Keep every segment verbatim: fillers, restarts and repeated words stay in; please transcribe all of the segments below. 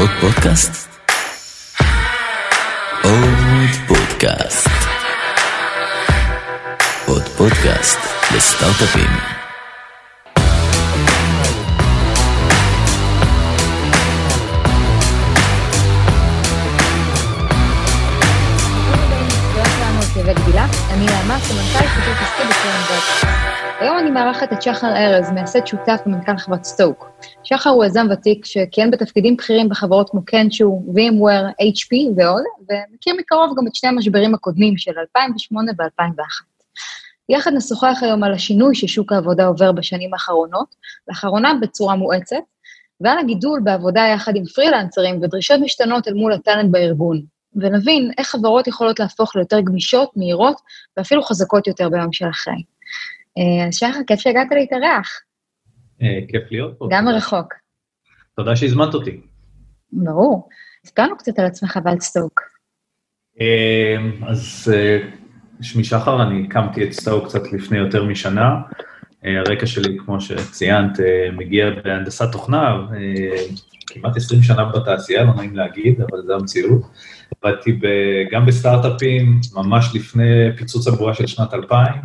עוד פודקאסט? עוד פודקאסט. עוד פודקאסט לסטארט-אפים. אני נעמה, סמנכ"לית פיתוח עסקי בקרן. היום אני מארחת את שחר ארז, מייסד שותף ומנכ"ל חברת סטוק. שחר הוא יזם ותיק שכיהן בתפקידים בכירים בחברות כמו קנצ'ו, VMware, אייץ' פי ועוד, ומכיר מקרוב גם את שני המשברים הקודמים של אלפיים ושמונה ו-אלפיים ואחת. יחד נשוחח היום על השינוי ששוק העבודה עובר בשנים האחרונות, לאחרונה בצורה מואצת, ועל הגידול בעבודה יחד עם פרילנסרים ודרישות משתנות אל מול הטלנט בארגון. ונבין איך חברות יכולות להפוך ליותר גמישות, מהירות, ואפילו חזקות יותר ביום של אחרי. אז שחר, כיף שהגעת להתארח. כיף להיות פה. גם מרחוק. תודה שהזמנת אותי. ברור. הספרנו קצת על עצמך ועל סטוק. אז שמי שחר, אני הקמתי את סטוק קצת לפני יותר משנה. הרקע שלי, כמו שציינת, מגיע בהנדסת תוכנה, כמעט עשרים שנה בתעשייה, לא נעים להגיד, אבל זה המציאות. עבדתי גם בסטארט-אפים, ממש לפני פיצוץ הבועה של שנת אלפיים,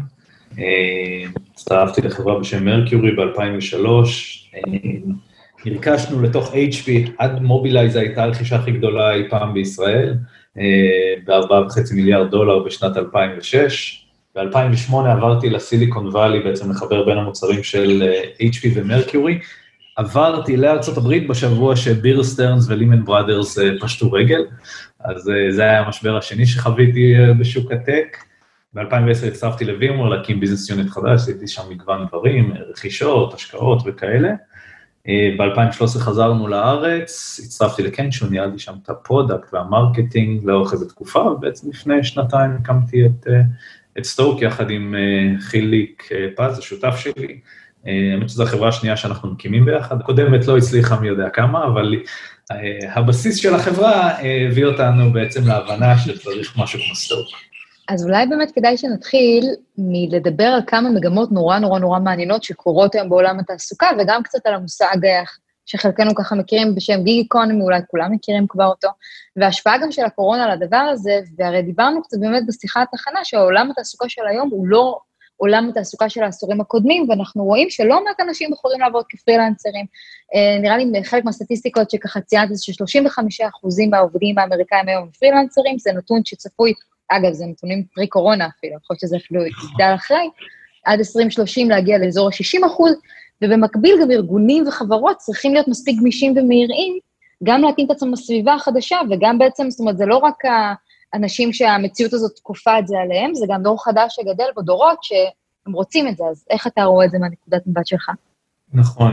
הצטרפתי לחברה בשם מרקיורי ב-אלפיים ושלוש, נרכשנו לתוך אייץ' פי, עד מובילייז הייתה הרכישה הכי גדולה אי פעם בישראל, ב-ארבעה וחצי מיליארד דולר בשנת אלפיים ושש, ב-אלפיים ושמונה עברתי לסיליקון ואלי, בעצם לחבר בין המוצרים של אייץ' פי ומרקיורי, עברתי לארצות הברית בשבוע שביר סטרנס ולימן בראדרס פשטו רגל, אז זה היה המשבר השני שחוויתי בשוק הטק. ב-אלפיים ועשר הצטרפתי ל-VMware להקים ביזנס יוניט חדש, עשיתי שם מגוון דברים, רכישות, השקעות וכאלה. ב-אלפיים ושלוש עשרה חזרנו לארץ, הצטרפתי לקנצ'ו, ניהלתי שם את הפרודקט והמרקטינג לאורך איזו תקופה, ובעצם לפני שנתיים הקמתי את, את סטוק יחד עם חיליק פז, השותף שלי. האמת שזו החברה השנייה שאנחנו מקימים ביחד, הקודמת לא הצליחה מי יודע כמה, אבל הבסיס של החברה הביא אותנו בעצם להבנה שצריך משהו כמו סטוק. אז אולי באמת כדאי שנתחיל מלדבר על כמה מגמות נורא נורא נורא מעניינות שקורות היום בעולם התעסוקה, וגם קצת על המושג שחלקנו ככה מכירים בשם גיג אקונומי, אולי כולם מכירים כבר אותו, וההשפעה גם של הקורונה על הדבר הזה, והרי דיברנו קצת באמת בשיחת התחנה, שהעולם התעסוקה של היום הוא לא עולם התעסוקה של העשורים הקודמים, ואנחנו רואים שלא מעט אנשים יכולים לעבוד כפרילנסרים. נראה לי חלק מהסטטיסטיקות שככה ציינתי, זה ש-שלושים וחמישה אחוז מהעובדים האמריקאים היום הם פרילנסרים, זה נתון שצפוי, אגב, זה נתונים פרי קורונה אפילו, יכול להיות שזה אפילו יגדל אחרי, עד עשרים שלושים להגיע לאזור ה-שישים אחוז, ובמקביל גם ארגונים וחברות צריכים להיות מספיק גמישים ומהירים, גם להתאים את עצמם בסביבה החדשה, וגם בעצם, זאת אומרת, זה לא רק האנשים שהמציאות הזאת תקופה את זה עליהם, זה גם דור חדש שגדל בו דורות שהם רוצים את זה, אז איך אתה רואה את זה מהנקודת מבט שלך? נכון.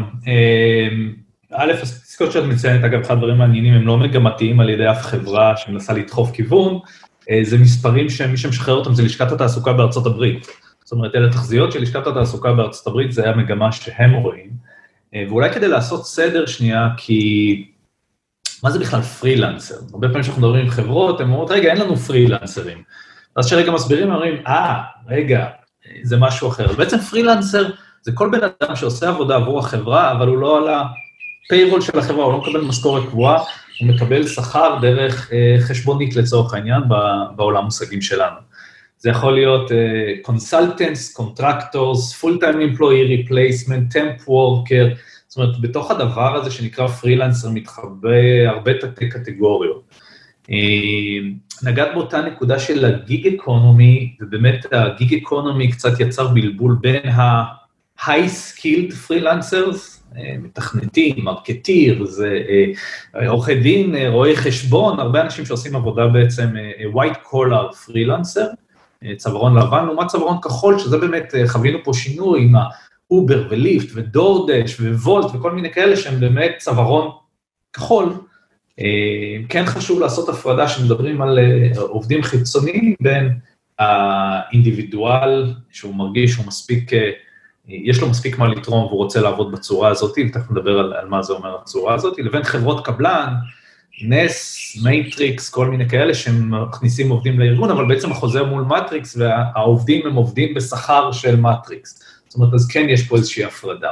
א', הסטטיסטיקות שאת מציינת, אגב, אחד הדברים מעניינים, הם לא מגמתיים על ידי אף חברה שמנסה לדחוף כיוון, זה מספרים שמי שמשחרר אותם זה לשכת התעסוקה בארצות הברית. זאת אומרת, אלה תחזיות של לשכת התעסוקה בארצות הברית, זה היה מגמה שהם רואים. ואולי כדי לעשות סדר שנייה, כי מה זה בכלל פרילנסר? הרבה פעמים שאנחנו מדברים עם חברות, הם אומרות, רגע, אין לנו פרילנסרים. אז שרגע מסבירים, אומרים, אה, רגע, זה משהו אחר. אז בעצם פרילנסר זה כל בן אדם שעושה עבודה עבור החברה, אבל הוא לא על הפיירול של החברה, הוא לא מקבל משכורת קבועה, הוא מקבל שכר דרך uh, חשבונית לצורך העניין בעולם מושגים שלנו. זה יכול להיות uh, consultants, contractors, full-time employee replacement, temp worker, זאת אומרת, בתוך הדבר הזה שנקרא פרילנסר מתחבא הרבה תתי קטגוריות. Uh, נגעת באותה נקודה של הגיג אקונומי, ובאמת הגיג אקונומי קצת יצר בלבול בין ה-high-skilled freelancers, מתכנתים, מרקטיר, זה עורכי דין, רואי חשבון, הרבה אנשים שעושים עבודה בעצם white collar freelancer, צווארון לבן, לעומת צווארון כחול, שזה באמת חווינו פה שינוי עם האובר וליפט ודורדש ווולט וכל מיני כאלה שהם באמת צווארון כחול. כן חשוב לעשות הפרדה שמדברים על עובדים חיצוניים בין האינדיבידואל שהוא מרגיש שהוא מספיק יש לו מספיק מה לתרום והוא רוצה לעבוד בצורה הזאת, ותכף נדבר על, על מה זה אומר הצורה הזאת, לבין חברות קבלן, נס, מייטריקס, כל מיני כאלה שהם מכניסים עובדים לארגון, אבל בעצם החוזר מול מטריקס, והעובדים הם עובדים בשכר של מטריקס. זאת אומרת, אז כן יש פה איזושהי הפרדה.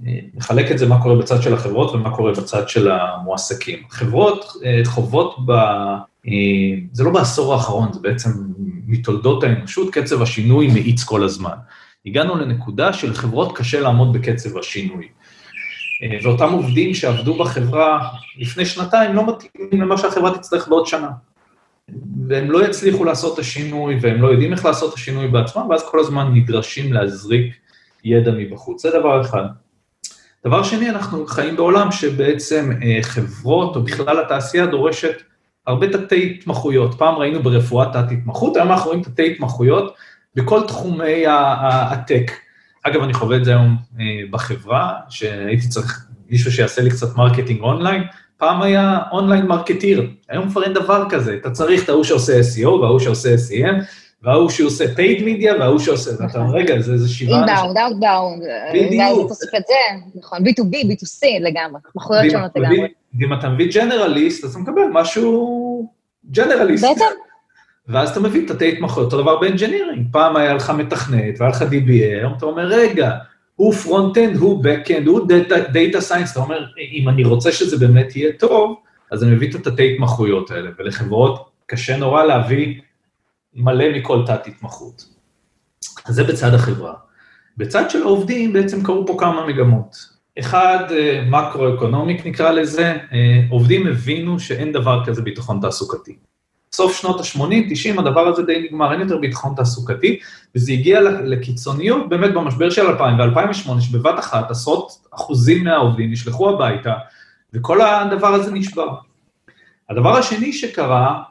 נחלק את זה מה קורה בצד של החברות ומה קורה בצד של המועסקים. חברות חוות ב... זה לא בעשור האחרון, זה בעצם מתולדות האנושות, קצב השינוי מאיץ כל הזמן. הגענו לנקודה שלחברות קשה לעמוד בקצב השינוי. ואותם עובדים שעבדו בחברה לפני שנתיים לא מתאימים למה שהחברה תצטרך בעוד שנה. והם לא יצליחו לעשות את השינוי, והם לא יודעים איך לעשות את השינוי בעצמם, ואז כל הזמן נדרשים להזריק ידע מבחוץ. זה דבר אחד. דבר שני, אנחנו חיים בעולם שבעצם חברות או בכלל התעשייה דורשת הרבה תתי התמחויות. פעם ראינו ברפואה תת התמחות, היום אנחנו רואים תתי התמחויות בכל תחומי הטק. אגב, אני חווה את זה היום בחברה, שהייתי צריך מישהו שיעשה לי קצת מרקטינג אונליין, פעם היה אונליין מרקטיר, היום כבר אין דבר כזה, אתה צריך את ההוא שעושה אס אי או, וההוא שעושה אס אי אם, וההוא שעושה paid media, וההוא שעושה, ואתה רגע, זה שבעה... אינבאונד, אאוטבאונד, ואז אתה תוסיף את זה, נכון, בי טו בי, בי טו סי לגמרי, מחויות שונות לגמרי. ואם אתה מביא ג'נרליסט, אז אתה מקבל משהו ג'נרליסט. בעצם. ואז אתה מביא תתי התמחויות, אותו דבר באנג'ינירינג, פעם היה לך מתכנת, והיה לך די בי איי, אתה אומר, רגע, הוא פרונט-אנד, הוא בק-אנד, הוא דאטה סיינס, אתה אומר, אם אני רוצה שזה באמת יהיה טוב, אז אני מביא את התתי התמחויות האלה, ולחברות קשה נורא להביא מלא מכל תת התמחות. אז זה בצד החברה. בצד של העובדים בעצם קרו פה כמה מגמות. אחד, מקרו-אקונומיק נקרא לזה, עובדים הבינו שאין דבר כזה ביטחון תעסוקתי. סוף שנות ה-שמונים, תשעים, הדבר הזה די נגמר, אין יותר ביטחון תעסוקתי, וזה הגיע לקיצוניות באמת במשבר של אלפיים ו-אלפיים ושמונה, שבבת אחת עשרות אחוזים מהעובדים נשלחו הביתה, וכל הדבר הזה נשבר. הדבר השני שקרה,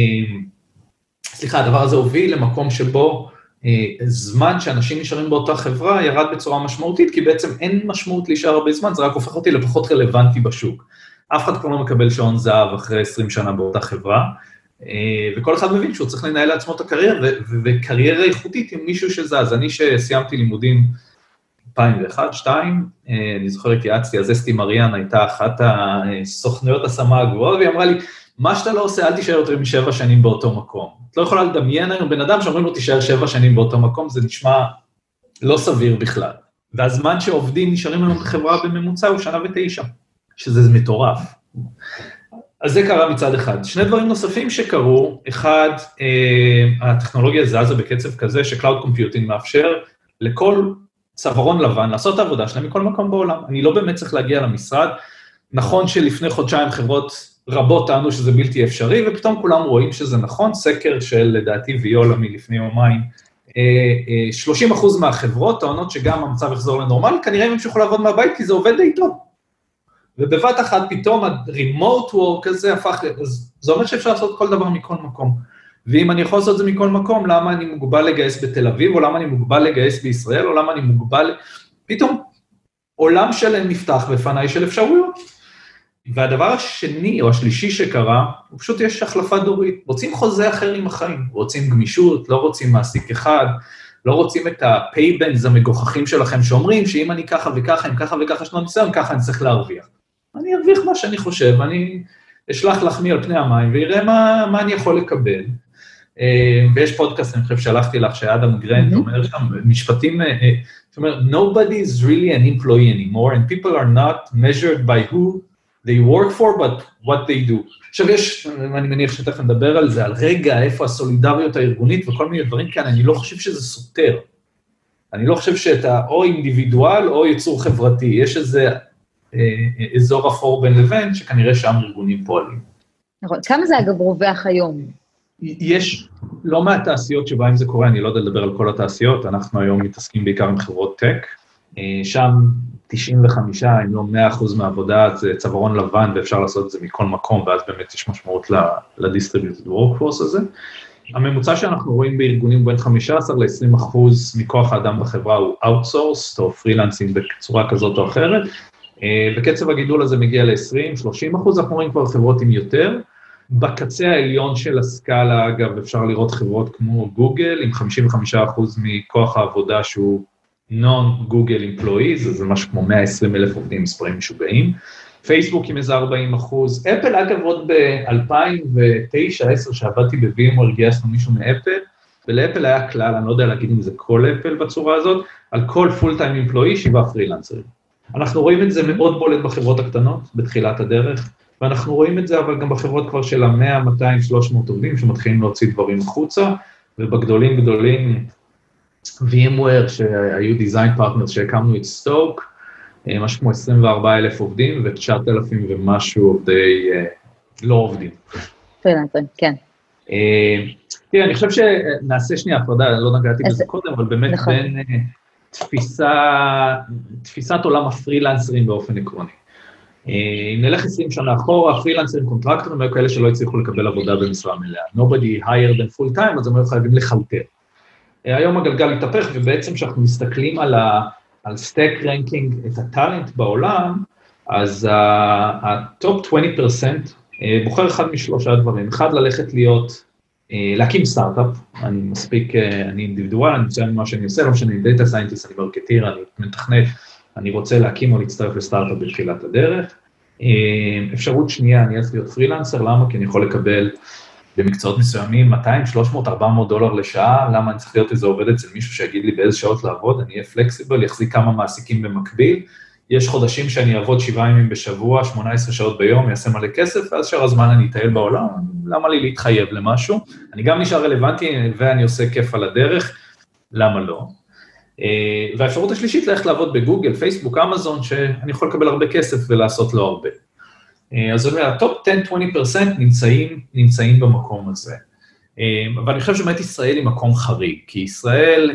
סליחה, הדבר הזה הוביל למקום שבו זמן שאנשים נשארים באותה חברה ירד בצורה משמעותית, כי בעצם אין משמעות להישאר הרבה זמן, זה רק הופך אותי לפחות רלוונטי בשוק. אף אחד כבר לא מקבל שעון זהב אחרי עשרים שנה באותה חברה, וכל אחד מבין שהוא צריך לנהל לעצמו את הקריירה, וקריירה איכותית עם מישהו שזז. אני שסיימתי לימודים אלפיים ואחת אלפיים ושתיים, אני זוכר התייעצתי, אז אסתי מריאן הייתה אחת הסוכנויות השמה הגבוהה, והיא אמרה לי, מה שאתה לא עושה, אל תישאר יותר משבע שנים באותו מקום. את לא יכולה לדמיין היום בן אדם שאומרים לו, תישאר שבע שנים באותו מקום, זה נשמע לא סביר בכלל. והזמן שעובדים נשארים לנו בחברה בממוצע הוא שנה ותשע, שזה מטורף. אז זה קרה מצד אחד. שני דברים נוספים שקרו, אחד, הטכנולוגיה זזה בקצב כזה, ש-Cloud Computing מאפשר לכל צווארון לבן לעשות את העבודה שלהם מכל מקום בעולם. אני לא באמת צריך להגיע למשרד. נכון שלפני חודשיים חברות רבות טענו שזה בלתי אפשרי, ופתאום כולם רואים שזה נכון, סקר של לדעתי ויולה מלפני יומיים, שלושים אחוז מהחברות טוענות שגם המצב יחזור לנורמלי, כנראה הם ימשיכו לעבוד מהבית, כי זה עובד די טוב. ובבת אחת פתאום ה-remote work הזה הפך, זה אומר שאפשר לעשות כל דבר מכל מקום. ואם אני יכול לעשות את זה מכל מקום, למה אני מוגבל לגייס בתל אביב, או למה אני מוגבל לגייס בישראל, או למה אני מוגבל, פתאום עולם שלם נפתח בפניי של אפשרויות. והדבר השני או השלישי שקרה, הוא פשוט יש החלפה דורית, רוצים חוזה אחר עם החיים, רוצים גמישות, לא רוצים מעסיק אחד, לא רוצים את ה-paybans המגוחכים שלכם שאומרים שאם אני ככה וככה, אם ככה וככה שנות ניסיון, ככה אני צריך להרוויח. אני ארוויח מה שאני חושב, אני אשלח לחמי על פני המים ויראה מה, מה אני יכול לקבל. ויש פודקאסט, אני חושב שהלכתי לך, שאדם גרנט אומר שם, משפטים, זאת אומרת, nobody is really an employee anymore, and people are not measured by who they work for, but what they do. עכשיו יש, אני מניח שתכף נדבר על זה, על רגע, איפה הסולידריות הארגונית וכל מיני דברים כאן, אני לא חושב שזה סותר. אני לא חושב שאתה או אינדיבידואל או יצור חברתי, יש איזה אה, אזור אפור בין לבין, שכנראה שם ארגונים פועלים. נכון, כמה זה אגב רווח היום? יש לא מעט תעשיות שבהם זה קורה, אני לא יודע לדבר על כל התעשיות, אנחנו היום מתעסקים בעיקר עם חברות טק, שם תשעים וחמישה, אם לא מאה אחוז מהעבודה, זה צווארון לבן, ואפשר לעשות את זה מכל מקום, ואז באמת יש משמעות ל-distributed workforce הזה. הממוצע שאנחנו רואים בארגונים בין חמישה עשר עד עשרים אחוז מכוח האדם בחברה הוא outsourced, או פרילנסים בצורה כזאת או אחרת, וקצב הגידול הזה מגיע ל-עשרים עד שלושים אחוז, אנחנו רואים כבר חברות עם יותר. בקצה העליון של הסקאלה, אגב, אפשר לראות חברות כמו גוגל, עם חמישים וחמישה אחוז מכוח העבודה שהוא non-Google employees, זה משהו כמו מאה ועשרים אלף עובדים, מספרים משוגעים. פייסבוק עם איזה ארבעים אחוז. אפל, אגב, עוד ב-אלפיים ותשע עשר, שעבדתי ב-VMware, גייסנו מישהו מאפל, ולאפל היה כלל, אני לא יודע להגיד אם זה כל אפל בצורה הזאת, על כל full-time employee, שבעה פרילנסרים. אנחנו רואים את זה מאוד בולט בחברות הקטנות, בתחילת הדרך, ואנחנו רואים את זה אבל גם בחברות כבר של ה-מאה, מאתיים, שלוש מאות עובדים, שמתחילים להוציא דברים החוצה, ובגדולים גדולים, VMware, שהיו דיזיין פרטנרס, שהקמנו את סטוק, משהו כמו עשרים וארבעה אלף עובדים, ו-תשעת אלפים ומשהו עובדי לא עובדים. פרילנסרים, כן. תראה, אני חושב שנעשה שנייה הפרדה, לא נגעתי בזה קודם, אבל באמת בין תפיסת עולם הפרילנסרים באופן עקרוני. אם נלך עשרים שנה אחורה, הפרילנסרים, קונטרקטורים, היו כאלה שלא הצליחו לקבל עבודה במשרה מלאה. Nobody hired them full time, אז הם היו חייבים לחלטר. היום הגלגל התהפך, ובעצם כשאנחנו מסתכלים על ה... על סטק רנקינג את הטלנט בעולם, אז הטופ עשרים פרסנט בוחר אחד משלושה דברים. אחד, ללכת להיות, להקים סטארט-אפ, אני מספיק, אני אינדיבידואל, אני מצוין מה שאני עושה, לא משנה, אני דאטה סיינטיסט, אני מרקטיר, אני מתכנת, אני רוצה להקים או להצטרף לסטארט-אפ בתחילת הדרך. אפשרות שנייה, אני אלך להיות פרילנסר, למה? כי אני יכול לקבל במקצועות מסוימים מאתיים, שלוש מאות, ארבע מאות דולר לשעה, למה אני צריך להיות איזה עובד אצל מישהו שיגיד לי באיזה שעות לעבוד, אני אהיה פלקסיבל, יחזיק כמה מעסיקים במקביל, יש חודשים שאני אעבוד שבעה ימים בשבוע, שמונה עשרה שעות ביום, יעשה מלא כסף, ואז שאר הזמן אני אטייל בעולם, למה לי להתחייב למשהו? אני גם נשאר רלוונטי, ואני עושה כיף על הדרך, למה לא? והאפשרות השלישית, ללכת לעבוד בגוגל, פייסבוק, אמזון, שאני יכול לקבל הרבה כסף ולעשות לו הרבה. אז זאת אומרת, הטופ עשר עד עשרים פרסנט נמצאים, נמצאים במקום הזה. אבל אני חושב שבאמת ישראל היא מקום חריג, כי ישראל,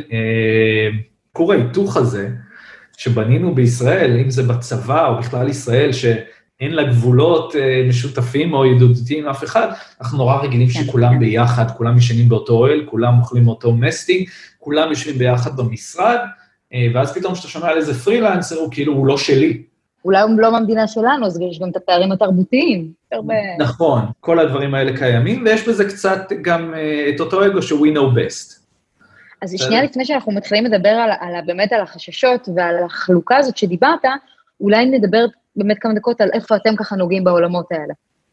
כור ההיתוך הזה, שבנינו בישראל, אם זה בצבא או בכלל ישראל, שאין לה גבולות משותפים או ידידותיים עם אף אחד, אנחנו נורא רגילים שכולם ביחד, כולם ישנים באותו אוהל, כולם אוכלים מאותו מסטינג, כולם יושבים ביחד במשרד, ואז פתאום שאתה שומע על איזה פרילנסר, הוא כאילו, הוא לא שלי. אולי הוא לא מהמדינה שלנו, אז יש גם את הפערים התרבותיים. נכון, כל הדברים האלה קיימים, ויש בזה קצת גם את אותו אגו ש-we know best. אז שנייה לפני שאנחנו מתחילים לדבר על, על, באמת על החששות ועל החלוקה הזאת שדיברת, אולי נדבר באמת כמה דקות על איפה אתם ככה נוגעים בעולמות האלה.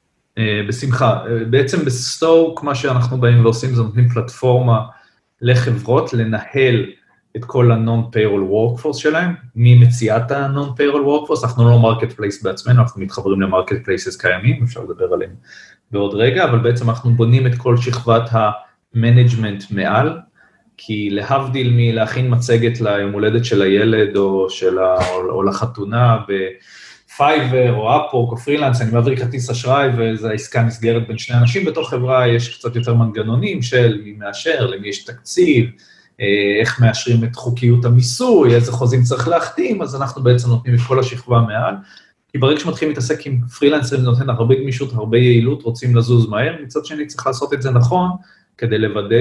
בשמחה. בעצם בסטוק, מה שאנחנו באים ועושים, זה נותנים פלטפורמה לחברות, לנהל את כל ה-non-payroll workforce שלהם, ממציאת ה-non-payroll workforce, אנחנו לא marketplace בעצמנו, אנחנו מתחברים ל-marketplaces קיימים, אפשר לדבר עליהם בעוד רגע, אבל בעצם אנחנו בונים את כל שכבת ה-management מעל, כי להבדיל מלהכין מצגת ליום הולדת של הילד, או, של ה, או, או לחתונה בפייבר, או אפורק, או פרילנס, אני מעביר כרטיס אשראי, וזו העסקה נסגרת בין שני אנשים, בתוך חברה יש קצת יותר מנגנונים של מי מאשר, למי יש תקציב, איך מאשרים את חוקיות המיסוי, איזה חוזים צריך להחתים, אז אנחנו בעצם נותנים את כל השכבה מעל, כי ברגע שמתחילים להתעסק עם פרילנסרים, זה נותן הרבה גמישות, הרבה יעילות, רוצים לזוז מהר, מצד שני צריך לעשות את זה נכון, כדי לוודא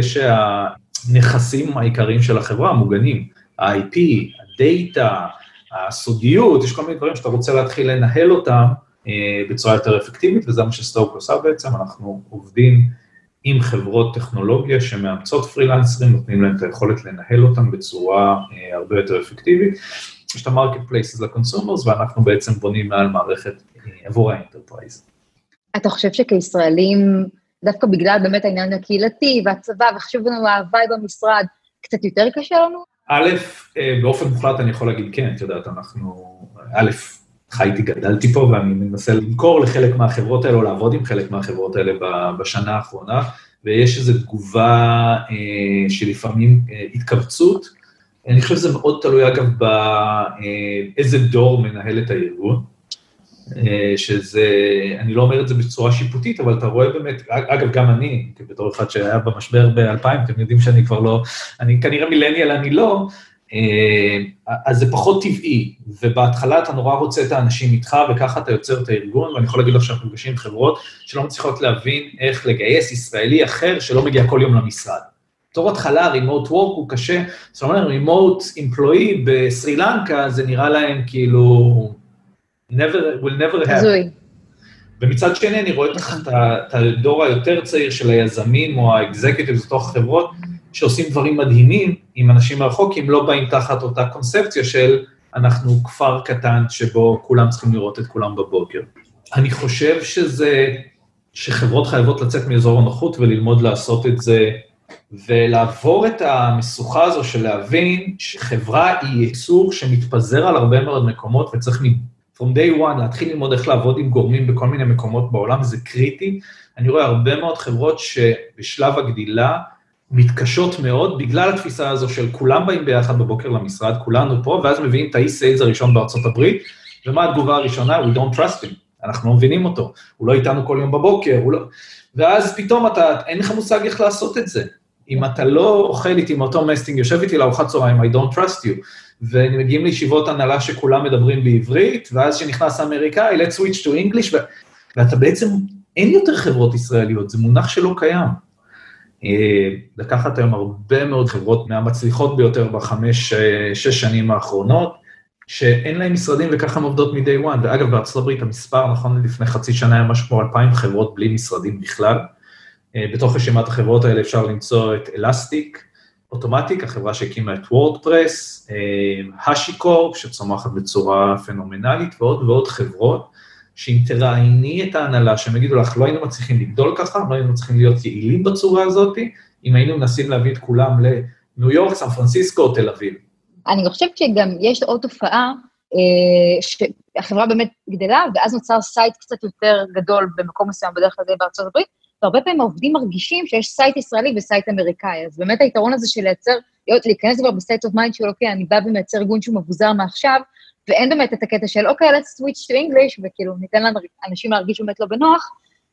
שהנכסים העיקריים של החברה המוגנים, ה-איי פי, הדאטה, הסודיות, יש כל מיני דברים שאתה רוצה להתחיל לנהל אותם בצורה יותר אפקטיבית, וזה מה שסטוק עושה בעצם, אנחנו עובדים עם חברות טכנולוגיה שמאמצות פרילנסרים, נותנים להם את היכולת לנהל אותם בצורה אה, הרבה יותר אפקטיבית. יש את ה-marketplaces ל-consumers, ואנחנו בעצם בונים מעל מערכת אה, עבור האנטרפרייז. אתה חושב שכישראלים, דווקא בגלל באמת העניין הקהילתי והצבא, וחשוב לנו ההוואי במשרד, קצת יותר קשה לנו? א', אה, באופן מוחלט אני יכול להגיד כן, את יודעת, אנחנו, א', חייתי, גדלתי פה, ואני מנסה למכור לחלק מהחברות האלה, או לעבוד עם חלק מהחברות האלה בשנה האחרונה, ויש איזו תגובה אה, שלפעמים אה, התכווצות, אני חושב שזה מאוד תלוי אגב באיזה דור מנהל את הארגון, אה, שזה, אני לא אומר את זה בצורה שיפוטית, אבל אתה רואה באמת, אגב גם אני, בתור אחד שהיה במשבר ב-אלפיים, אתם יודעים שאני כבר לא, אני כנראה מילניאל, אני לא, אז זה פחות טבעי, ובהתחלה אתה נורא רוצה את האנשים איתך, וככה אתה יוצר את הארגון, ואני יכול להגיד לך שאנחנו פוגשים חברות שלא מצליחות להבין איך לגייס ישראלי אחר שלא מגיע כל יום למשרד. בתור התחלה, remote work הוא קשה, זאת אומרת, remote employee בסרי לנקה, זה נראה להם כאילו, never, will never have. ומצד שני, אני רואה את הדור היותר צעיר של היזמים, או האקזקיוטיבס בתוך החברות, שעושים דברים מדהימים עם אנשים מרחוק, כי הם לא באים תחת אותה קונספציה של אנחנו כפר קטן שבו כולם צריכים לראות את כולם בבוקר. אני חושב שזה, שחברות חייבות לצאת מאזור הנוחות וללמוד לעשות את זה ולעבור את המשוכה הזו של להבין שחברה היא יצור שמתפזר על הרבה מאוד מקומות, וצריך from day one להתחיל ללמוד איך לעבוד עם גורמים בכל מיני מקומות בעולם, זה קריטי. אני רואה הרבה מאוד חברות שבשלב הגדילה מתקשות מאוד, בגלל התפיסה הזו של כולם באים ביחד בבוקר למשרד, כולנו פה, ואז מביאים את האי-סיילס הראשון בארצות הברית, ומה התגובה הראשונה? We don't trust him. אנחנו לא מבינים אותו, הוא לא איתנו כל יום בבוקר, הוא לא... ואז פתאום אתה, אין לך מושג איך לעשות את זה. אם אתה לא אוכל איתי מאותו מסטינג, יושב איתי לארוחת צהריים, I don't trust you, ומגיעים לישיבות הנהלה שכולם מדברים בעברית, ואז שנכנס האמריקאי, let's switch to English, ו... ואתה בעצם, אין יותר חברות ישראליות, זה מונח שלא קיים. לקחת היום הרבה מאוד חברות מהמצליחות ביותר בחמש, שש שנים האחרונות, שאין להם משרדים וככה הם עובדות מ-day one, ואגב, בארצות הברית המספר, נכון, לפני חצי שנה היה משהו כמו אלפיים חברות בלי משרדים בכלל, בתוך רשימת החברות האלה אפשר למצוא את אלסטיק, אוטומטיק, החברה שהקימה את וורדפרס, השיקורפ, שצומחת בצורה פנומנלית, ועוד ועוד חברות, שאם תראייני את ההנהלה, שהם יגידו לך, לא היינו מצליחים לגדול ככה, לא היינו מצליחים להיות יעילים בצורה הזאת, אם היינו מנסים להביא את כולם לניו יורק, סן פרנסיסקו, תל אביב. אני חושבת שגם יש עוד תופעה, שהחברה באמת גדלה, ואז נוצר סייט קצת יותר גדול במקום מסוים, בדרך כלל בארצות הברית, והרבה פעמים העובדים מרגישים שיש סייט ישראלי וסייט אמריקאי, אז באמת היתרון הזה של לייצר, להיכנס כבר בסייט אוף מיינד של, אוקיי, אני בא ומייצר ארגון שהוא מבוזר מעכשיו, ואין באמת את הקטע של, אוקיי, let's switch to English, וכאילו ניתן לאנשים להרגיש באמת לא בנוח,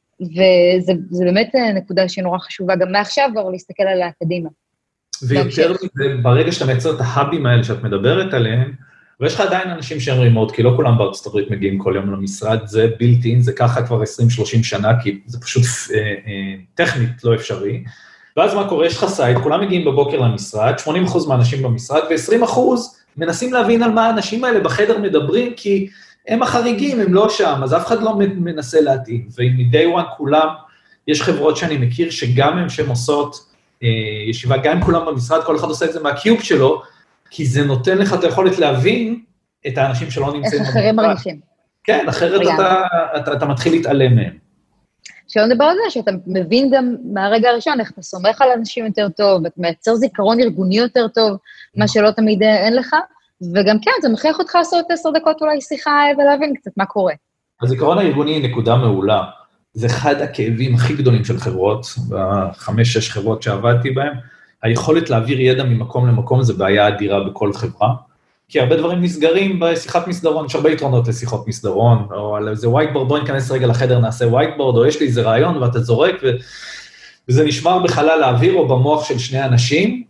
וזה באמת נקודה שנורא חשובה, גם מעכשיו כבר להסתכל על האקדמיה. ויותר מזה, ברגע שאתה מייצר את ההאבים האלה שאת מדברת עליהם, ויש לך עדיין אנשים שהם רימוט, כי לא כולם בארצות הברית מגיעים כל יום למשרד, זה בילט-אין, זה ככה כבר עשרים שלושים שנה, כי זה פשוט אה, אה, טכנית לא אפשרי. ואז מה קורה? יש לך סייט, כולם מגיעים בבוקר למשרד, שמונים אחוז מהאנשים במשרד, ו-עשרים אחוז מנסים להבין על מה האנשים האלה בחדר מדברים, כי הם החריגים, הם לא שם, אז אף אחד לא מנסה להתאים. ומ-day one כולם, יש חברות שאני מכיר, שגם הם שהן עושות אה, ישיבה, גם אם כולם במשרד, כל אחד עושה את זה מהקיוב שלו, כי זה נותן לך את היכולת להבין את האנשים שלא נמצאים. איך אחרים מרגישים. כן, אחרת אתה, אתה, אתה מתחיל להתעלם מהם. שלא נדבר על זה, שאתה מבין גם מהרגע הראשון, איך אתה סומך על אנשים יותר טוב, ואתה מייצר זיכרון ארגוני יותר טוב, מה שלא תמיד אין לך, וגם כן, זה מכריח אותך לעשות עשר דקות אולי שיחה ולהבין קצת מה קורה. הזיכרון הארגוני היא נקודה מעולה. זה אחד הכאבים הכי גדולים של חברות, בחמש, שש חברות שעבדתי בהם, היכולת להעביר ידע ממקום למקום זה בעיה אדירה בכל חברה, כי הרבה דברים נסגרים בשיחת מסדרון, יש הרבה יתרונות לשיחות מסדרון, או על איזה whiteboard, בוא ניכנס רגע לחדר, נעשה whiteboard, או יש לי איזה רעיון ואתה זורק, ו... וזה נשמר בחלל האוויר או במוח של שני אנשים,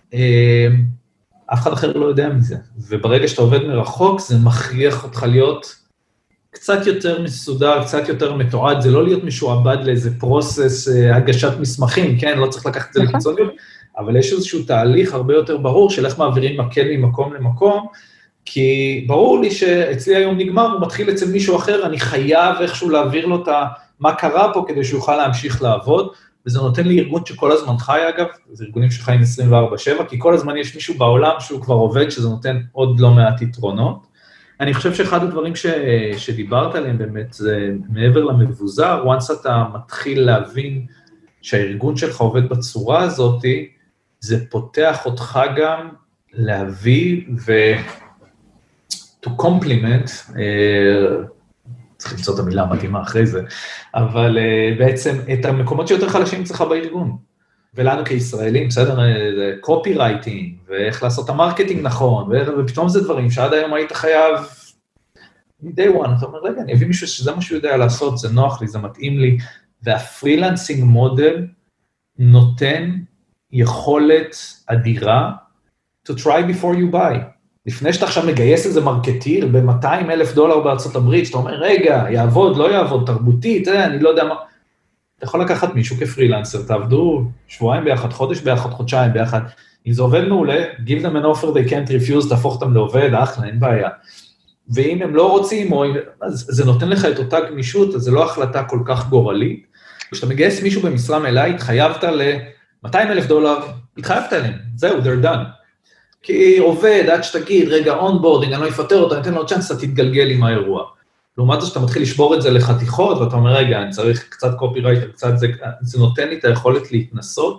אף אחד אחר לא יודע מזה, וברגע שאתה עובד מרחוק, זה מכריח אותך להיות קצת יותר מסודר, קצת יותר מתועד, זה לא להיות משועבד לאיזה פרוסס, הגשת מסמכים, כן, לא צריך לקחת את זה לקיצוניות, אבל יש איזשהו תהליך הרבה יותר ברור של איך מעבירים מקל ממקום למקום, כי ברור לי שאצלי היום נגמר, הוא מתחיל אצל מישהו אחר, אני חייב איכשהו להעביר לו את מה קרה פה, כדי שהוא יוכל להמשיך לעבוד, וזה נותן לי ארגון שכל הזמן חי, אגב, זה ארגונים שחיים עשרים וארבע שבע, כי כל הזמן יש מישהו בעולם שהוא כבר עובד, שזה נותן עוד לא מעט יתרונות. אני חושב שאחד הדברים ש... שדיברת עליהם באמת, זה מעבר למבוזר, once אתה מתחיל להבין שהארגון שלך עובד בצורה הזאת, זה פותח אותך גם להביא ו... to compliment, צריך למצוא את המילה המתאימה אחרי זה, אבל בעצם את המקומות שיותר חלשים צריך בארגון. ולנו כישראלים, בסדר, קופי רייטינג, ואיך לעשות את המרקטינג נכון, ופתאום זה דברים שעד היום היית חייב, מ-day one, אתה אומר, רגע, אני אביא מישהו שזה מה שהוא יודע לעשות, זה נוח לי, זה מתאים לי, והפרילנסינג מודל נותן יכולת אדירה to try before you buy. לפני שאתה עכשיו מגייס איזה מרקטיר ב-מאתיים אלף דולר בארצות הברית, שאתה אומר, רגע, יעבוד, לא יעבוד, תרבותית, אני לא יודע מה, אתה יכול לקחת מישהו כפרילנסר, תעבדו שבועיים ביחד, חודש ביחד, חודשיים ביחד, אם זה עובד מעולה, give them an offer they can't refuse, תהפוך אותם לעובד, אחלה, אין בעיה. ואם הם לא רוצים, או, אז זה נותן לך את אותה גמישות, אז זה לא החלטה כל כך גורלית. כשאתה מגייס מישהו במשרה מלאה, התחייבת ל-מאתיים אלף דולר, התחייבת אליהם, זהו, they're done. כי עובד, עד שתגיד, רגע, אונבורדינג, אני לא אפטר אותו, אני אתן לו צ'אנס, אתה תתגלגל עם האירוע. לעומת זה שאתה מתחיל לשבור את זה לחתיכות, ואתה אומר, רגע, אני צריך קצת קופירייטר, קצת זה, זה נותן לי את היכולת להתנסות,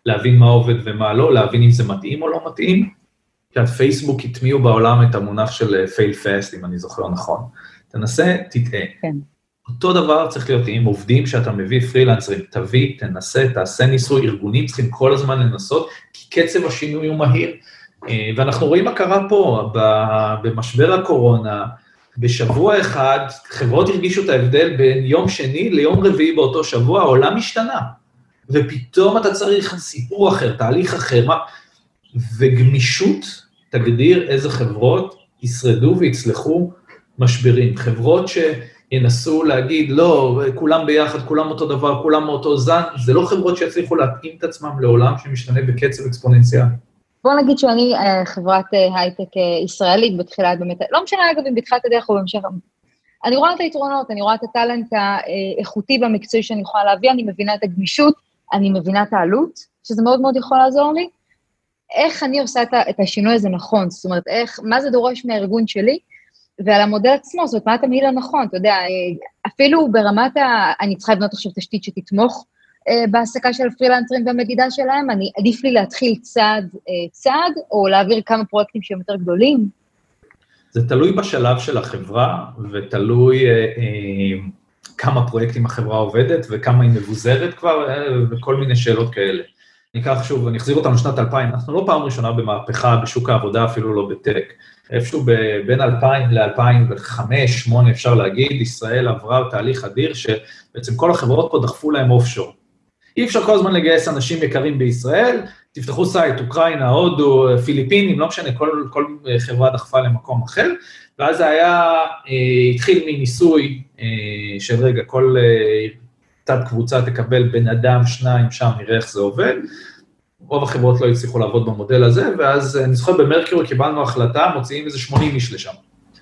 להבין מה עובד ומה לא, להבין אם זה מתאים או לא מתאים, כי פייסבוק התמיעו בעולם את המונח של fail fast, אם אני זוכר נכון. תנסה, תטעה. כן. אותו דבר צריך להיות עם עובדים שאתה מביא פרילנסרים, תביא, תנסה, תעשה ניסוי, ארגונים צריכים כל הזמן לנסות, כי קצב השינוי הוא מהיר, ואנחנו רואים מה קרה פה, במשבר הקורונה, בשבוע אחד, חברות הרגישו את ההבדל בין יום שני ליום רביעי באותו שבוע, העולם השתנה, ופתאום אתה צריך סיפור אחר, תהליך אחר, מה? וגמישות תגדיר איזה חברות ישרדו ויצלחו משברים, חברות שינסו להגיד, לא, כולם ביחד, כולם אותו דבר, כולם מאותו זן, זה לא חברות שיצליחו להתאים את עצמם לעולם שמשתנה בקצב אקספוננציאלי. בוא נגיד שאני חברת הייטק ישראלית בתחילת באמת, לא משנה אגב אם בתחילת הדרך או בהמשך, אני רואה את היתרונות, אני רואה את הטלנט האיכותי והמקצועי שאני יכולה להביא, אני מבינה את הגמישות, אני מבינה את העלות, שזה מאוד מאוד יכול לעזור לי, איך אני עושה את השינוי הזה נכון, זאת אומרת, איך, מה זה דורש מהארגון שלי, ועל המודל עצמו, זאת אומרת, מה התמהיל הנכון, אתה יודע, אפילו ברמת ה... אני צריכה לבנות עכשיו תשתית שתתמוך, בהעסקה של הפרילנסרים והמדידה שלהם, אני עדיף לי להתחיל צעד צעד, או להעביר כמה פרויקטים שהם יותר גדולים. זה תלוי בשלב של החברה, ותלוי אה, אה, כמה פרויקטים החברה עובדת, וכמה היא מבוזרת כבר, אה, וכל מיני שאלות כאלה. אני אקח שוב, אני אחזיר אותנו לשנת אלפיים, אנחנו לא פעם ראשונה במהפכה בשוק העבודה, אפילו לא בטק. איפשהו בין אלפיים ל-אלפיים וחמש שמונה אפשר להגיד, ישראל עברה תהליך אדיר, שבעצם כל החברות פה דחפו להם אופשור. אי אפשר כל הזמן לגייס אנשים יקרים בישראל, תפתחו סייט, אוקראינה, הודו, פיליפינים, לא משנה, כל, כל חברה דחפה למקום אחר, ואז זה היה, התחיל מניסוי של רגע, כל תת קבוצה תקבל בן אדם, שניים שם, נראה איך זה עובד, רוב החברות לא הצליחו לעבוד במודל הזה, ואז אני זוכר במרקיורי קיבלנו החלטה, מוציאים איזה שמונים איש לשם.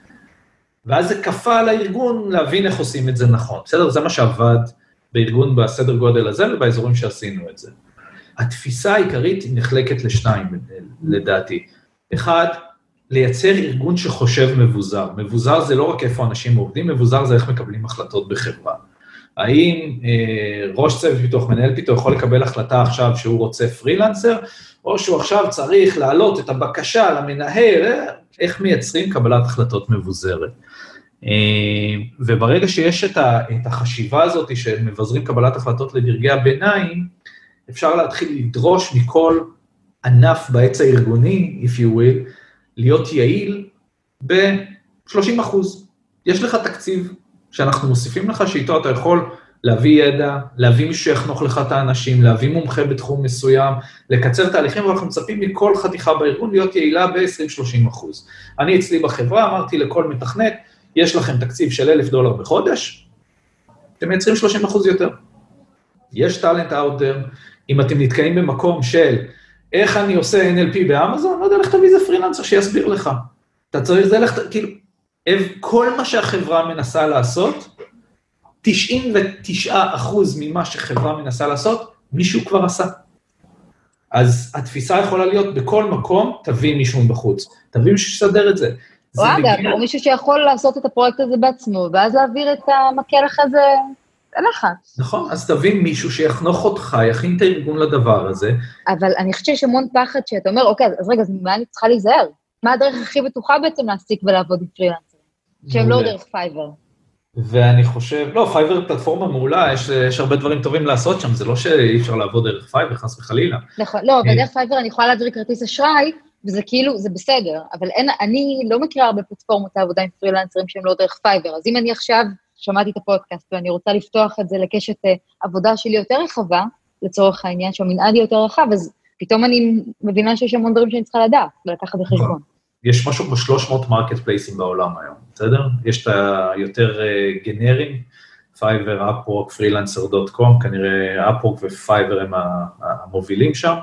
ואז זה כפה על הארגון להבין איך עושים את זה נכון. בסדר, זה מה שעבד בארגון בסדר גודל הזה, ובאזורים שעשינו את זה. התפיסה העיקרית היא נחלקת לשניים, לדעתי. אחד, לייצר ארגון שחושב מבוזר. מבוזר זה לא רק איפה אנשים עובדים, מבוזר זה איך מקבלים החלטות בחברה. האם אה, ראש צוות פיתוח, מנהל פיתוח, יכול לקבל החלטה עכשיו שהוא רוצה פרילנסר, או שהוא עכשיו צריך להעלות את הבקשה למנהל, אה, איך מייצרים קבלת החלטות מבוזרת. וברגע שיש את החשיבה הזאת שמבזרים קבלת החלטות לדרגי הביניים, אפשר להתחיל לדרוש מכל ענף בעץ הארגוני, if you will, להיות יעיל ב-שלושים אחוז. יש לך תקציב שאנחנו מוסיפים לך שאיתו אתה יכול להביא ידע, להביא מישהו שיחנוך לך את האנשים, להביא מומחה בתחום מסוים, לקצר תהליכים, ואנחנו מצפים מכל חתיכה בארגון להיות יעילה ב-עשרים שלושים אחוז. אני אצלי בחברה אמרתי לכל מתכנת, יש לכם תקציב של אלף דולר בחודש, אתם מייצרים שלושים אחוז יותר. יש טלנט out there, אם אתם נתקעים במקום של איך אני עושה אן אל פי באמזון, לא יודע, לך תביא איזה פרילנסר שיסביר לך. אתה צריך זה, לך, כאילו, כל מה שהחברה מנסה לעשות, תשעים ותשעה אחוז ממה שחברה מנסה לעשות, מישהו כבר עשה. אז התפיסה יכולה להיות בכל מקום, תביא מישהו בחוץ, תביא מישהו שסדר את זה. או אגב, או מישהו שיכול לעשות את הפרויקט הזה בעצמו, ואז להעביר את המקל הזה אליך. נכון, אז תביא מישהו שיחנוך אותך, יכין את הארגון לדבר הזה. אבל אני חושבת שיש המון פחד שאתה אומר, אוקיי, אז רגע, אז מה אני צריכה להיזהר? מה הדרך הכי בטוחה בעצם להעסיק ולעבוד עם פרילנסרים? שהם לא דרך פייבר. ואני חושב, לא, פייבר פלטפורמה מעולה, יש, יש הרבה דברים טובים לעשות שם, זה לא שאי אפשר לעבוד דרך פייבר, חס וחלילה. נכון, לא, אבל דרך פייבר אני יכולה להעביר כרטיס אשראי, וזה כאילו, זה בסדר, אבל אין, אני לא מכירה הרבה פלטפורמות העבודה עם פרילנסרים שהם לא דרך פייבר, אז אם אני עכשיו שמעתי את הפודקאסט ואני רוצה לפתוח את זה לקשת עבודה שלי יותר רחבה, לצורך העניין שהמנעד יותר רחב, אז פתאום אני מבינה שיש המון דברים שאני צריכה לדעת ולקחת בחשבון. יש משהו כמו שלוש מאות מרקט פלייסים בעולם היום, בסדר? יש את היותר גנרים, פייבר, אפורק, פרילנסר דוט קום, כנראה אפורק ופייבר הם המובילים שם,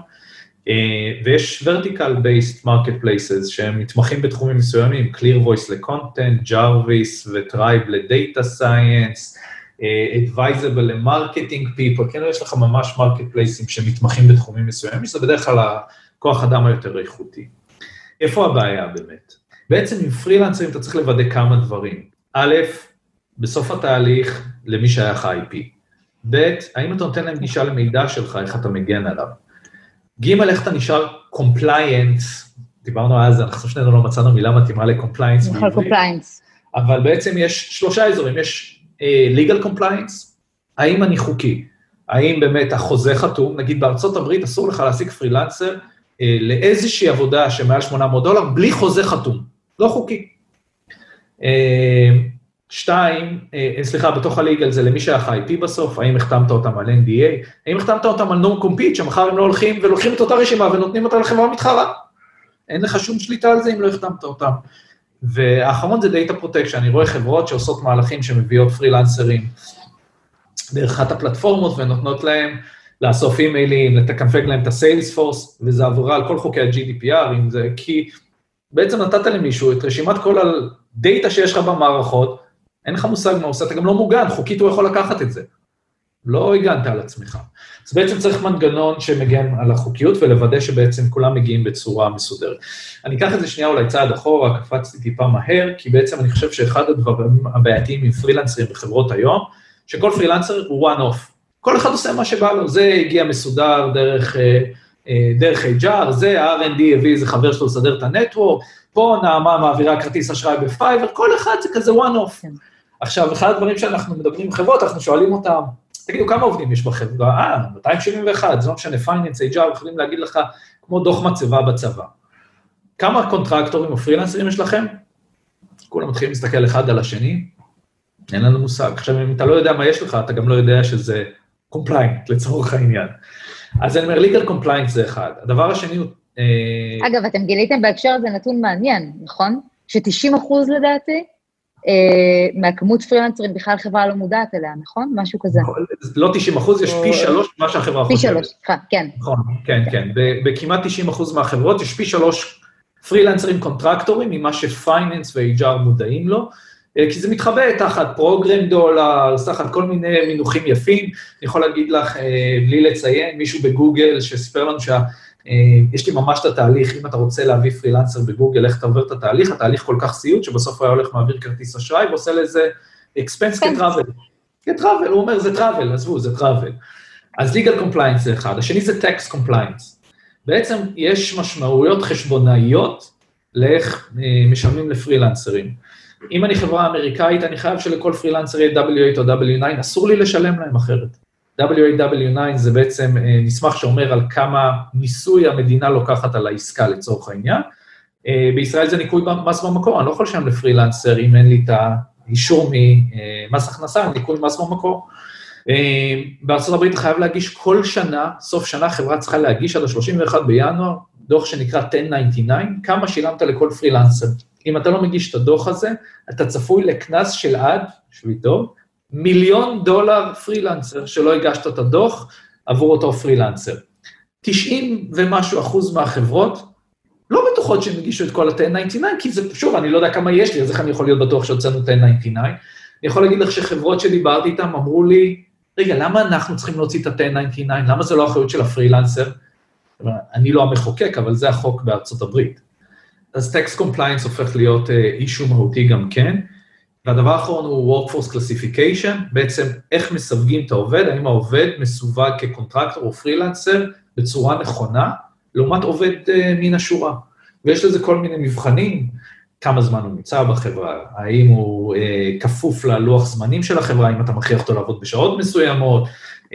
ויש vertical-based marketplaces שהם מתמחים בתחומים מסוימים, Clear Voice ל-Content, Jarvis ו-Tribe ל-Data Science, Advisable ל-Marketing People, כן, יש לך ממש marketplaces שמתמחים בתחומים מסוימים, שזה בדרך כלל הכוח אדם היותר איכותי. איפה הבעיה באמת? בעצם עם פרילנסרים אתה צריך לוודא כמה דברים. א', בסוף התהליך למי שהיה לך איי פי. ב', האם אתה נותן להם גישה למידע שלך, איך אתה מגן עליו? ג' איך אתה נשאר compliance, דיברנו על זה, אנחנו שנינו לא מצאנו מילה מתאימה ל-compliance. נכון, compliance. אבל בעצם יש שלושה אזורים, יש uh, legal compliance, האם אני חוקי, האם באמת החוזה חתום, נגיד בארצות הברית אסור לך להשיג פרילנסר, uh, לאיזושהי עבודה שמעל שמונה מאות דולר, בלי חוזה חתום, לא חוקי. Uh, שתיים, uh, סליחה, בתוך הליגל זה למי שהיה איי פי בסוף, האם החתמת אותם על אן די איי, האם החתמת אותם על non-compete, שמחר הם לא הולכים ולוקחים את אותה רשימה ונותנים אותה לחברה מתחרה, אין לך שום שליטה על זה אם לא החתמת אותם. והאחרון זה Data Protection, אני רואה חברות שעושות מהלכים שמביאות פרילנסרים דרך אחת הפלטפורמות ונותנות להם לאסוף אימיילים, לתקנפג להם את הסיילספורס, וזה עבורה על כל חוקי ה-ג'י די פי אר, אם זה, כי בעצם נתת למישהו את רשימת כל הדאטה שיש לך במערכות, אין לך מושג מה עושה, אתה גם לא מוגן, חוקית הוא יכול לקחת את זה. לא הגנת על עצמך. אז בעצם צריך מנגנון שמגן על החוקיות, ולוודא שבעצם כולם מגיעים בצורה מסודרת. אני אקח את זה שנייה אולי צעד אחורה, קפצתי טיפה מהר, כי בעצם אני חושב שאחד הדברים הבעייתיים עם פרילנסרים בחברות היום, שכל פרילנסר הוא one off. כל אחד עושה מה שבא לו, זה הגיע מסודר דרך, דרך אייץ' אר, זה ה-אר אנד די הביא איזה חבר שלו לסדר את הנטוורק, פה נעמה מעבירה כרטיס אשראי בפייבר, כל אחד זה כזה one off. עכשיו, אחד הדברים שאנחנו מדברים עם חברות, אנחנו שואלים אותם, תגידו, כמה עובדים יש בחברה? אה, מאתיים שבעים ואחת, זה לא משנה, פייננס, אייץ' אר, יכולים להגיד לך, כמו דוח מצבה בצבא. כמה קונטרקטורים או פרילנסרים יש לכם? כולם מתחילים להסתכל אחד על השני, אין לנו מושג. עכשיו, אם אתה לא יודע מה יש לך, אתה גם לא יודע שזה compliant, לצורך העניין. אז אני אומר, legal compliant זה אחד. הדבר השני הוא... אגב, אתם גיליתם בהקשר הזה נתון מעניין, נכון? ש-תשעים אחוז לדעתי, מהכמות פרילנסרים בכלל חברה לא מודעת אליה, נכון? משהו כזה. לא תשעים אחוז, יש פי שלוש מה שהחברה חושבת. פי שלוש, כן. נכון, כן, כן. בכמעט תשעים אחוז מהחברות יש פי שלוש פרילנסרים קונטרקטורים, ממה שפייננס ו-אייץ' אר מודעים לו, כי זה מתחבא תחת פרוגרם דולר, תחת כל מיני מינוחים יפים. אני יכול להגיד לך, בלי לציין, מישהו בגוגל שסיפר לנו שה... יש לי ממש את התהליך, אם אתה רוצה להביא פרילנסר בגוגל, איך אתה עובר את התהליך, התהליך כל כך סיוט, שבסוף היה הולך מעביר כרטיס אשראי, ועושה לזה expense כטראבל. כטראבל, הוא אומר, זה טראבל, עזבו, זה טראבל. אז legal compliance זה אחד, השני זה tax compliance. בעצם יש משמעויות חשבונאיות לאיך משלמים לפרילנסרים. אם אני חברה אמריקאית, אני חייב שלכל פרילנסר יהיה דאבליו אייט או דאבליו ניין, אסור לי לשלם להם אחרת. דאבליו אייט דאבליו ניין זה בעצם מסמך שאומר על כמה מיסוי המדינה לוקחת על העסקה לצורך העניין. בישראל זה ניקוי מס במקור, אני לא יכול לשלם לפרילנסר אם אין לי את האישור ממס הכנסה, ניקוי מס במקור. בארצות הברית חייב להגיש כל שנה, סוף שנה חברה צריכה להגיש עד ה-שלושים ואחד בינואר, דוח שנקרא עשר תשעים ותשע, כמה שילמת לכל פרילנסר. אם אתה לא מגיש את הדוח הזה, אתה צפוי לכנס של עד, שביתו, מיליון דולר פרילנסר שלא הגשת את הדוח עבור אותו פרילנסר. תשעים ומשהו אחוז מהחברות לא בטוחות שהם הגישו את כל ה-עשר תשעים ותשע, כי זה, שוב, אני לא יודע כמה יש לי, אז איך אני יכול להיות בטוח שהוצאנו עשר תשעים ותשע? אני יכול להגיד לך שחברות שדיברתי איתן אמרו לי, רגע, למה אנחנו צריכים להוציא את ה-עשר תשעים ותשע? למה זה לא האחריות של הפרילנסר? אני לא המחוקק, אבל זה החוק בארצות הברית. אז tax compliance הופך להיות אישו מהותי גם כן, והדבר האחרון הוא workforce classification, בעצם איך מסווגים את העובד, האם העובד מסווג כקונטרקטור או פרילנסר בצורה נכונה, לעומת עובד uh, מן השורה. ויש לזה כל מיני מבחנים, כמה זמן הוא נמצא בחברה, האם הוא uh, כפוף ללוח זמנים של החברה, האם אתה מכריח אותו לעבוד בשעות מסוימות, uh,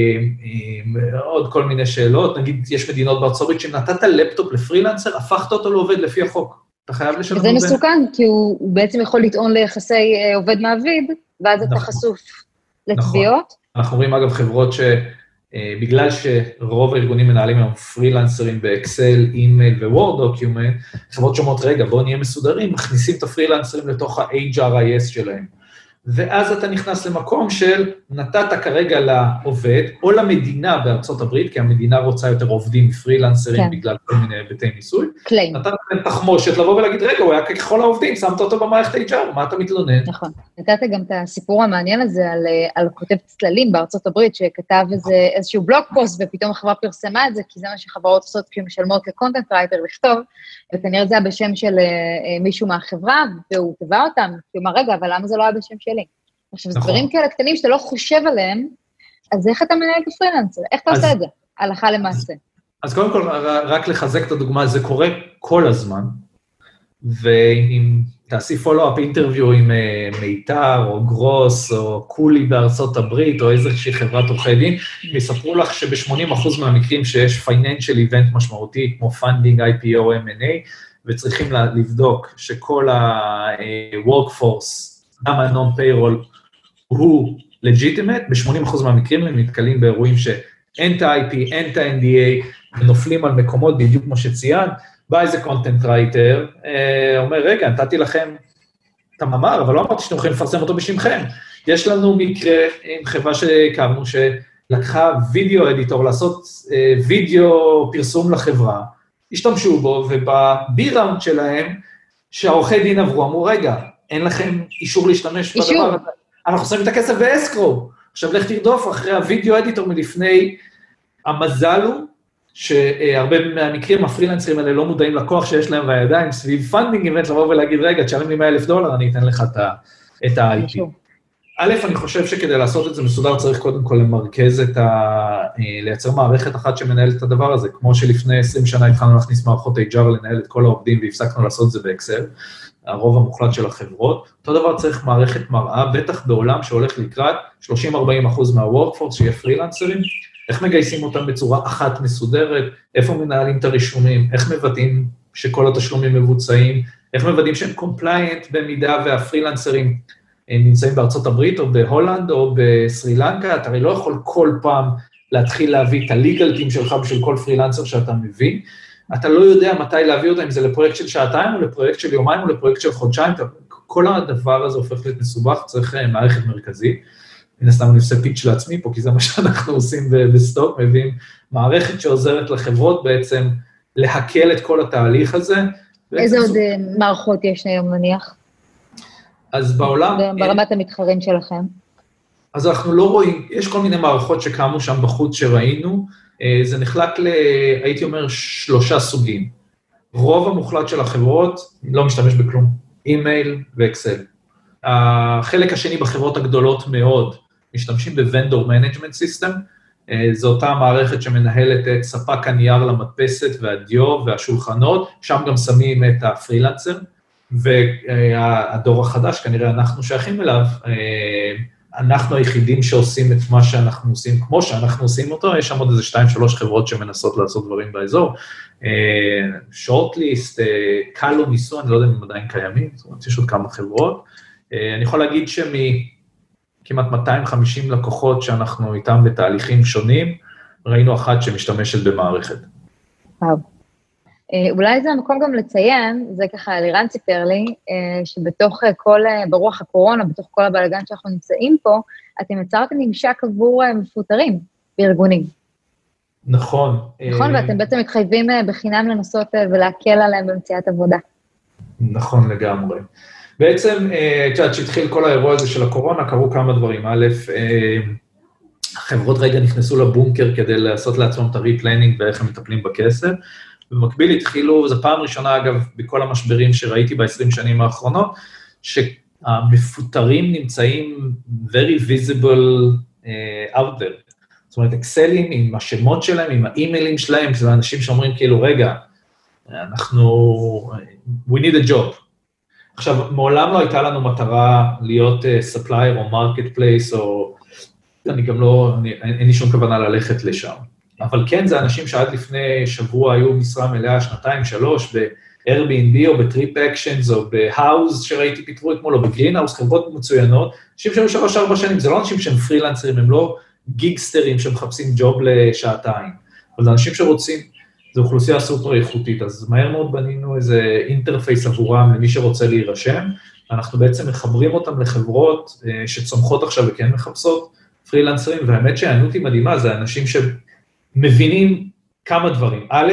uh, עוד כל מיני שאלות, נגיד יש מדינות בארצות הברית שנתת לפטופ לפרילנסר, הפכת אותו לעובד לפי החוק. אתה חייב לשלם וזה מסוכן, כי הוא, הוא בעצם יכול לטעון ליחסי אה, עובד מעביד, ואז אתה חשוף לתביעות. נכון. אנחנו רואים אגב חברות שבגלל שרוב הארגונים מנהלים היום פרילנסרים באקסל, אימייל וורד דוקיומנט, חברות שאומרות, רגע, בואו נהיה מסודרים, מכניסים את הפרילנסרים לתוך ה-אייץ' אר איי אס שלהם. ואז אתה נכנס למקום של נתת כרגע לעובד, או למדינה בארצות הברית, כי המדינה רוצה יותר עובדים פרילנסרים, כן. בגלל כל מיני היבטי ניסוי. קליין. נתת להם תחמושת לבוא ולהגיד, רגע, הוא היה ככל העובדים, שמת אותו במערכת אייץ' אר, מה אתה מתלונן? נכון. נתת גם את הסיפור המעניין הזה על, על כותב צללים בארצות הברית, שכתב איזה, איזשהו בלוג פוסט, ופתאום החברה פרסמה את זה, כי זה מה שחברות עושות כשמשלמות לקונטנט רייטר לכתוב, וכנראה זה היה בשם של מישהו מהחברה, והוא טבע אותם, כלומר, רגע, אבל למה זה לא היה בשם שלי? עכשיו, זה דברים כאלה קטנים שאתה לא חושב עליהם, אז איך אתה מנהל כפרילנסר? איך אתה עושה את זה? הלכה למעשה. אז קודם כל, רק לחזק את הדוגמה, זה קורה כל הזמן, ואם תעשי פולו-אפ אינטרוויו עם מיתר, או גרוס, או קולי בארצות הברית, או איזושהי חברת עורכי דין, יספרו לך שב-שמונים אחוז מהמקרים שיש financial event משמעותי, כמו funding, איי פי או, אם אנד איי, וצריכים לבדוק שכל ה-workforce, גם ה-non-payroll, הוא legitimate, ב-שמונים אחוז מהמקרים הם נתקלים באירועים שאין את ה-איי פי, אין את ה-אן די איי, ונופלים על מקומות בדיוק כמו שציינת, בא איזה content writer, אומר, רגע, נתתי לכם את המאמר, אבל לא אמרתי שאתם יכולים לפרסם אותו בשמכם. יש לנו מקרה עם חברה שהקמנו, שלקחה וידאו אדיטור, לעשות וידאו פרסום לחברה, השתמשו בו, ובבי-ראונד שלהם, שהעורכי דין עברו, אמרו, רגע, אין לכם אישור להשתמש בדבר הזה. אנחנו שמים את הכסף באסקרו. עכשיו לך תרדוף אחרי הוידאו אדיטור מלפני, המזל הוא, שהרבה מהמקרים הפרילנסרים האלה לא מודעים לכוח שיש להם בידיים, סביב פנדינג איבנט, לבוא ולהגיד, רגע, תשלם לי מאה אלף דולר, אני אתן לך את ה-איי פי. א', אני חושב שכדי לעשות את זה מסודר, צריך קודם כל למרכז את ה... לייצר מערכת אחת שמנהלת את הדבר הזה, כמו שלפני עשרים שנה התחלנו להכניס מערכות אייץ' אר לנהל את כל העובדים, והפסקנו לעשות את זה באקסל, הרוב המוחלט של החברות. אותו דבר צריך מערכת מראה, בטח בעולם שהולך לקראת שלושים עד ארבעים אחוז מהוורקפורס, שיהיה פרילנסרים, איך מגייסים אותם בצורה אחת מסודרת, איפה מנהלים את הרישומים, איך מבטאים שכל התשלומים מבוצעים, איך מוודאים שהם קומפליינט במידה והפרילנסרים נמצאים בארצות הברית או בהולנד או בסרי לנקה, אתה הרי לא יכול כל פעם להתחיל להביא את הליגל טים שלך בשביל כל פרילנסר שאתה מביא, אתה לא יודע מתי להביא אותה, אם זה לפרויקט של שעתיים או לפרויקט של יומיים או לפרויקט של חודשיים, כל הדבר הזה הופך להיות מסובך, צריך מערכת מרכזית, מן הסתם אני עושה פיץ' לעצמי פה, כי זה מה שאנחנו עושים בסטוק, מביאים מערכת שעוזרת לחברות בעצם להקל את כל התהליך הזה. איזה עוד מערכות יש היום נניח? אז בעולם... ברמת המתחרים שלכם. אז אנחנו לא רואים, יש כל מיני מערכות שקמו שם בחוץ שראינו, זה נחלק ל... הייתי אומר שלושה סוגים. רוב המוחלט של החברות לא משתמש בכלום, אימייל ואקסל. החלק השני בחברות הגדולות מאוד, משתמשים ב-Vendor Management System, זו אותה מערכת שמנהלת את ספק הנייר למדפסת והדיו והשולחנות, שם גם שמים את הפרילנסר, והדור החדש, כנראה אנחנו שייכים אליו, אנחנו היחידים שעושים את מה שאנחנו עושים, כמו שאנחנו עושים אותו, יש שם עוד איזה שתיים, שלוש חברות שמנסות לעשות דברים באזור, שורטליסט, קלו ניסו, אני לא יודע אם הם עדיין קיימים, זאת אומרת, יש עוד כמה חברות, אני יכול להגיד שמכמעט מאתיים וחמישים לקוחות שאנחנו איתם בתהליכים שונים, ראינו אחת שמשתמשת במערכת. וואו. אולי זה המקום גם לציין, זה ככה לירן סיפר לי, שבתוך כל, ברוח הקורונה, בתוך כל הבלגן שאנחנו נמצאים פה, אתם יצרתם ממשק עבור מפוטרים בארגונים. נכון. נכון, ואתם בעצם מתחייבים בחינם לנסות ולהקל עליהם במציאת עבודה. נכון לגמרי. בעצם, את יודעת, שהתחיל כל האירוע הזה של הקורונה, קרו כמה דברים. א', החברות רגע נכנסו לבונקר כדי לעשות לעצמם את הריפלנינג ואיך הם מטפלים בכסף, במקביל התחילו, זו פעם ראשונה אגב, בכל המשברים שראיתי ב-עשרים שנים האחרונות, שהמפוטרים נמצאים very visible uh, out there. זאת אומרת, אקסלים עם השמות שלהם, עם האימיילים שלהם, זה אנשים שאומרים כאילו, רגע, אנחנו, we need a job. עכשיו, מעולם לא הייתה לנו מטרה להיות uh, supplier או marketplace, או אני גם לא, אני, אין לי שום כוונה ללכת לשם. אבל כן, זה אנשים שעד לפני שבוע היו משרה מלאה, שנתיים, שלוש, ב-Airbnb או בטריפ אקשנס, או בהאוז שראיתי פיתרו אתמול, או בגרינהאוס, חברות מצוינות, אנשים שהיו שלוש, ארבע שנים, זה לא אנשים שהם פרילנסרים, הם לא גיגסטרים שמחפשים ג'וב לשעתיים, אבל זה אנשים שרוצים, זו אוכלוסייה סופר איכותית, אז מהר מאוד בנינו איזה אינטרפייס עבורם למי שרוצה להירשם, אנחנו בעצם מחברים אותם לחברות שצומחות עכשיו וכן מחפשות פרילנסרים, והאמת שהענות היא מדהימה, זה אנשים ש... מבינים כמה דברים. א',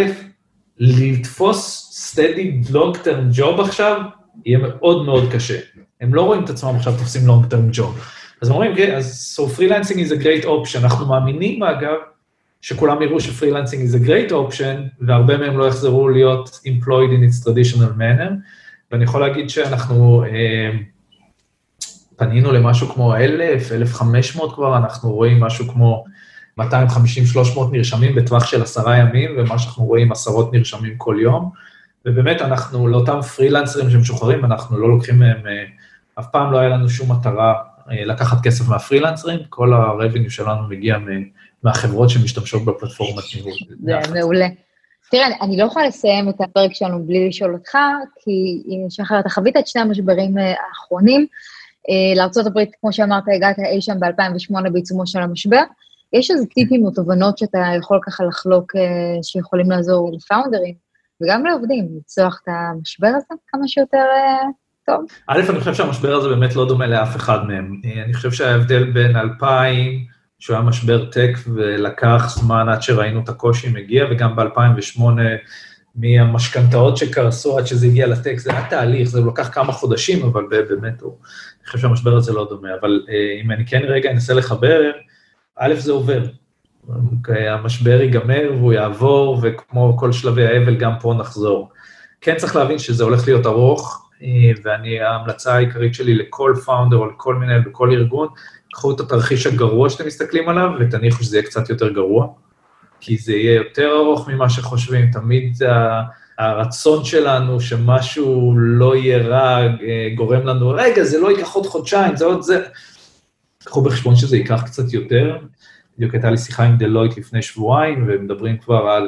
לתפוס steady long term job עכשיו, יהיה מאוד מאוד קשה. הם לא רואים את עצמם עכשיו תופסים long term job. אז אומרים, okay, אז so freelancing is a great option. אנחנו מאמינים, אגב, שכולם יראו ש-freelancing is a great option, והרבה מהם לא יחזרו להיות employed in its traditional manner, ואני יכול להגיד שאנחנו אה, פנינו למשהו כמו אלף, אלף וחמש מאות כבר, אנחנו רואים משהו כמו מאתיים חמישים שלוש מאות נרשמים בטווח של עשרה ימים, ומה שאנחנו רואים עשרות נרשמים כל יום, ובאמת אנחנו, לאותם פרילנסרים שמשוחררים, אנחנו לא לוקחים מהם, אף פעם לא היה לנו שום מטרה לקחת כסף מהפרילנסרים, כל הרבניו שלנו מגיע מהחברות שמשתמשות בפלטפורמת ניהול. זה מעולה. תראה, אני לא יכולה לסיים את הפרק שלנו בלי לשאול אותך, כי שחר, אתה חווית את שני המשברים האחרונים, לארצות הברית, כמו שאמרת, הגעת אי שם ב-אלפיים ושמונה בעיצומו של המשבר, יש איזה טיפים או תובנות שאתה יכול ככה לחלוק, שיכולים לעזור לפאונדרים, וגם לעובדים, לצלוח את המשבר הזה כמה שיותר טוב? א', אני חושב שהמשבר הזה באמת לא דומה לאף אחד מהם. אני חושב שההבדל בין אלפיים, שהוא היה משבר טק ולקח זמן עד שראינו את הקושי מגיע, וגם ב-אלפיים ושמונה, מהמשכנתאות שקרסו עד שזה הגיע לטק, זה היה תהליך, זה לקח כמה חודשים, אבל באמת, הוא, אני חושב שהמשבר הזה לא דומה. אבל אם אני כן רגע אנסה לחבר, א', זה עובר. המשבר ייגמר והוא יעבור, וכמו כל שלבי האבל, גם פה נחזור. כן צריך להבין שזה הולך להיות ארוך, ואני, ההמלצה העיקרית שלי לכל פאונדר או לכל מנהל בכל ארגון, קחו את התרחיש הגרוע שאתם מסתכלים עליו, ותניחו שזה יהיה קצת יותר גרוע, כי זה יהיה יותר ארוך ממה שחושבים, תמיד זה הרצון שלנו שמשהו לא יהיה רע, גורם לנו, רגע, זה לא ייקח עוד חודשיים, זה עוד זה, קחו בחשבון שזה ייקח קצת יותר, בדיוק הייתה לי שיחה עם דלויט לפני שבועיים, ומדברים כבר על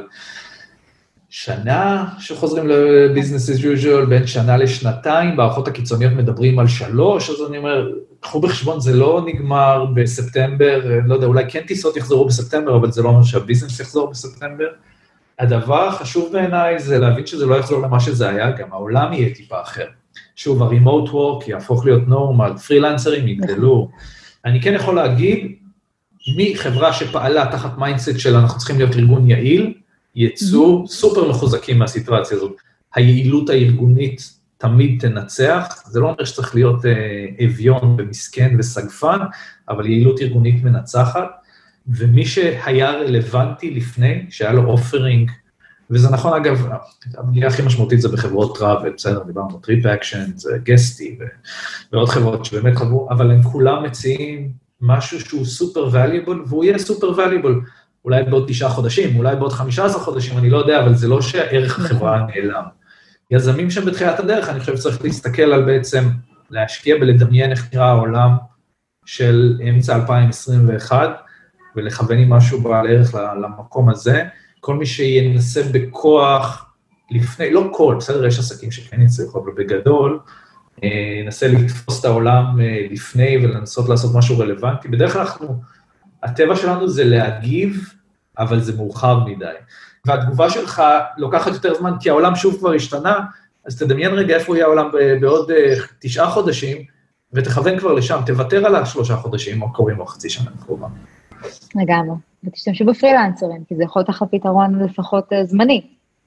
שנה שחוזרים ל-business as usual, בין שנה לשנתיים, בערכות הקיצוניות מדברים על שלוש, אז אני אומר, קחו בחשבון, זה לא נגמר בספטמבר, לא יודע, אולי כן טיסות יחזרו בספטמבר, אבל זה לא אומר שהביזנס יחזור בספטמבר. הדבר החשוב בעיניי זה להבין שזה לא יחזור למה שזה היה, גם העולם יהיה טיפה אחר. שוב, ה-remote work יהפוך להיות נורמל, פרילנסרים יגדלו. אני כן יכול להגיד, מחברה שפעלה תחת מיינדסט של אנחנו צריכים להיות ארגון יעיל, יצאו סופר מחוזקים מהסיטואציה הזאת. היעילות הארגונית תמיד תנצח, זה לא אומר שצריך להיות אביון ומסכן וסגפן, אבל יעילות ארגונית מנצחת, ומי שהיה רלוונטי לפני, שהיה לו אופרינג, וזה נכון אגב, הפגיעה הכי משמעותית זה בחברות טראבל, בסדר, דיברנו טריפ אקשן, זה גסטי, ועוד חברות שבאמת חברו, אבל הם כולם מציעים משהו שהוא סופר ואליבול, והוא יהיה סופר ואליבול, אולי בעוד תשעה חודשים, אולי בעוד חמישה עשר חודשים, אני לא יודע, אבל זה לא שערך החברה נעלם. יזמים שם בתחילת הדרך, אני חושב שצריך להסתכל על בעצם, להשקיע ולדמיין איך נראה העולם של אמצע אלפיים עשרים ואחת, ולכוון עם משהו בעל ערך למקום הזה. כל מי שינסה בכוח לפני, לא כל, בסדר, יש עסקים שכן יצליחו, אבל בגדול, ינסה לתפוס את העולם לפני ולנסות לעשות משהו רלוונטי. בדרך כלל אנחנו, הטבע שלנו זה להגיב, אבל זה מאוחר מדי. והתגובה שלך לוקחת יותר זמן, כי העולם שוב כבר השתנה, אז תדמיין רגע איפה יהיה העולם בעוד תשעה חודשים, ותכוון כבר לשם, תוותר על השלושה חודשים, או קוראים או חצי שנה קרובה. לגמרי, ותשתמשו בפרילנסרים, כי זה יכול להיות לך פתרון לפחות זמני.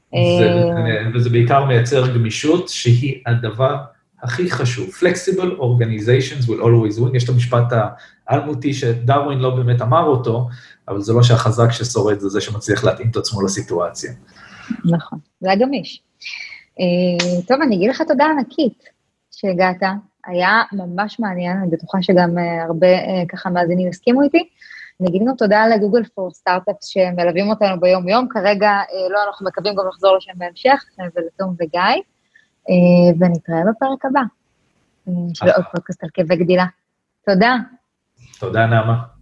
וזה בעיקר מייצר גמישות, שהיא הדבר הכי חשוב. Flexible organizations will always win, יש את המשפט האלמותי שדרווין לא באמת אמר אותו, אבל זה לא שהחזק ששורד זה זה שמצליח להתאים את עצמו לסיטואציה. נכון, זה היה גמיש. טוב, אני אגיד לך תודה ענקית שהגעת, היה ממש מעניין, אני בטוחה שגם הרבה ככה מאזינים הסכימו איתי, אני אגיד גם תודה לגוגל פור סטארט-אפס שמלווים אותנו ביום יום, כרגע לא, אנחנו מקווים גם לחזור לשם בהמשך, ולתום וגיא, ונתראה בפרק הבא, של עוד פודקאסט על כאבי גדילה. תודה. תודה, נעמה.